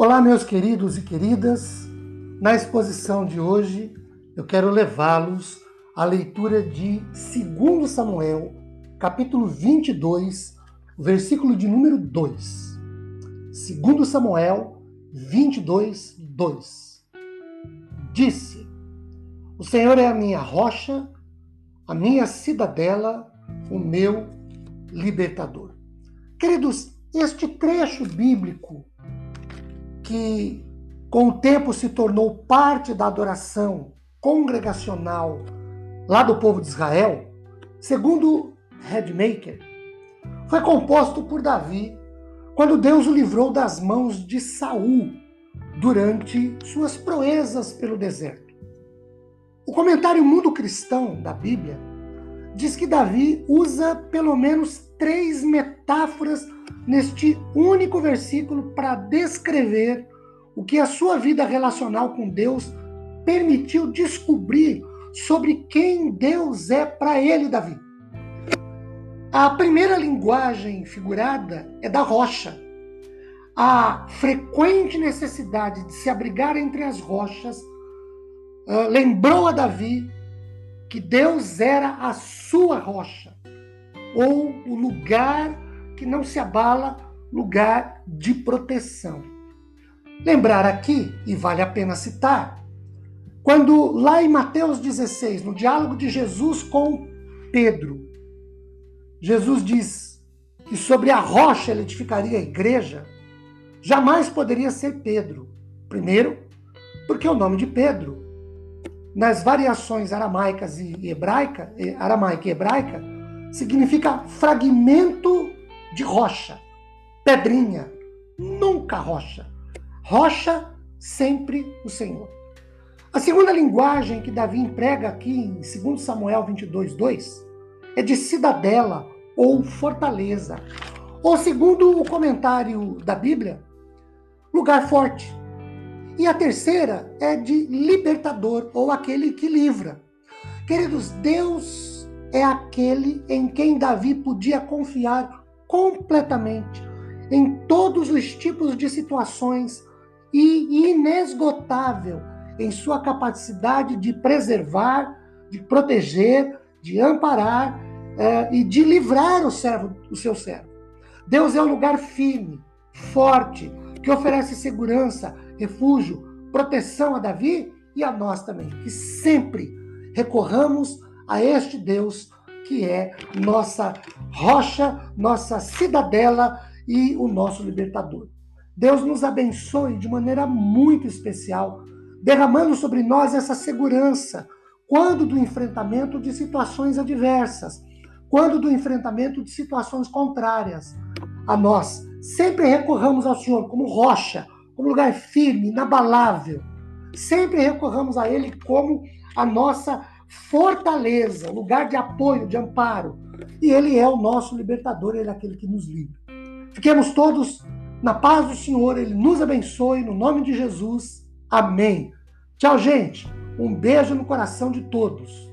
Olá, meus queridos e queridas. Na exposição de hoje, eu quero levá-los à leitura de 2 Samuel, capítulo 22, versículo de número 2. 2 Samuel 22, 2. Disse: O Senhor é a minha rocha, a minha cidadela, o meu libertador. Queridos, este trecho bíblico que com o tempo se tornou parte da adoração congregacional lá do povo de Israel, segundo Rademacher, foi composto por Davi quando Deus o livrou das mãos de Saul durante suas proezas pelo deserto. O comentário Mundo Cristão da Bíblia diz que Davi usa pelo menos 3 metáforas neste único versículo para descrever o que a sua vida relacional com Deus permitiu descobrir sobre quem Deus é para ele, Davi. A primeira linguagem figurada é da rocha. A frequente necessidade de se abrigar entre as rochas lembrou a Davi que Deus era a sua rocha, ou o lugar que não se abala, lugar de proteção. Lembrar aqui, e vale a pena citar, quando lá em Mateus 16, no diálogo de Jesus com Pedro, Jesus diz que sobre a rocha ele edificaria a igreja, jamais poderia ser Pedro. Primeiro, porque o nome de Pedro, nas variações aramaicas e hebraica, aramaica e hebraica, significa fragmento de rocha, pedrinha, nunca rocha. Rocha, sempre o Senhor. A segunda linguagem que Davi emprega aqui em 2 Samuel 22, 2 é de cidadela ou fortaleza, ou segundo o comentário da Bíblia, lugar forte. E a terceira é de libertador, ou aquele que livra. Queridos, Deus é aquele em quem Davi podia confiar completamente em todos os tipos de situações e inesgotável em sua capacidade de preservar, de proteger, de amparar e de livrar o seu servo. Deus é um lugar firme, forte, que oferece segurança, refúgio, proteção a Davi e a nós também, que sempre recorramos a este Deus que é nossa rocha, nossa cidadela e o nosso libertador. Deus nos abençoe de maneira muito especial, derramando sobre nós essa segurança quando do enfrentamento de situações adversas, quando do enfrentamento de situações contrárias a nós. Sempre recorramos ao Senhor como rocha, como lugar firme, inabalável. Sempre recorramos a Ele como a nossa fortaleza, lugar de apoio, de amparo. E Ele é o nosso libertador, Ele é aquele que nos livra. Fiquemos todos na paz do Senhor, Ele nos abençoe, no nome de Jesus. Amém. Tchau, gente. Um beijo no coração de todos.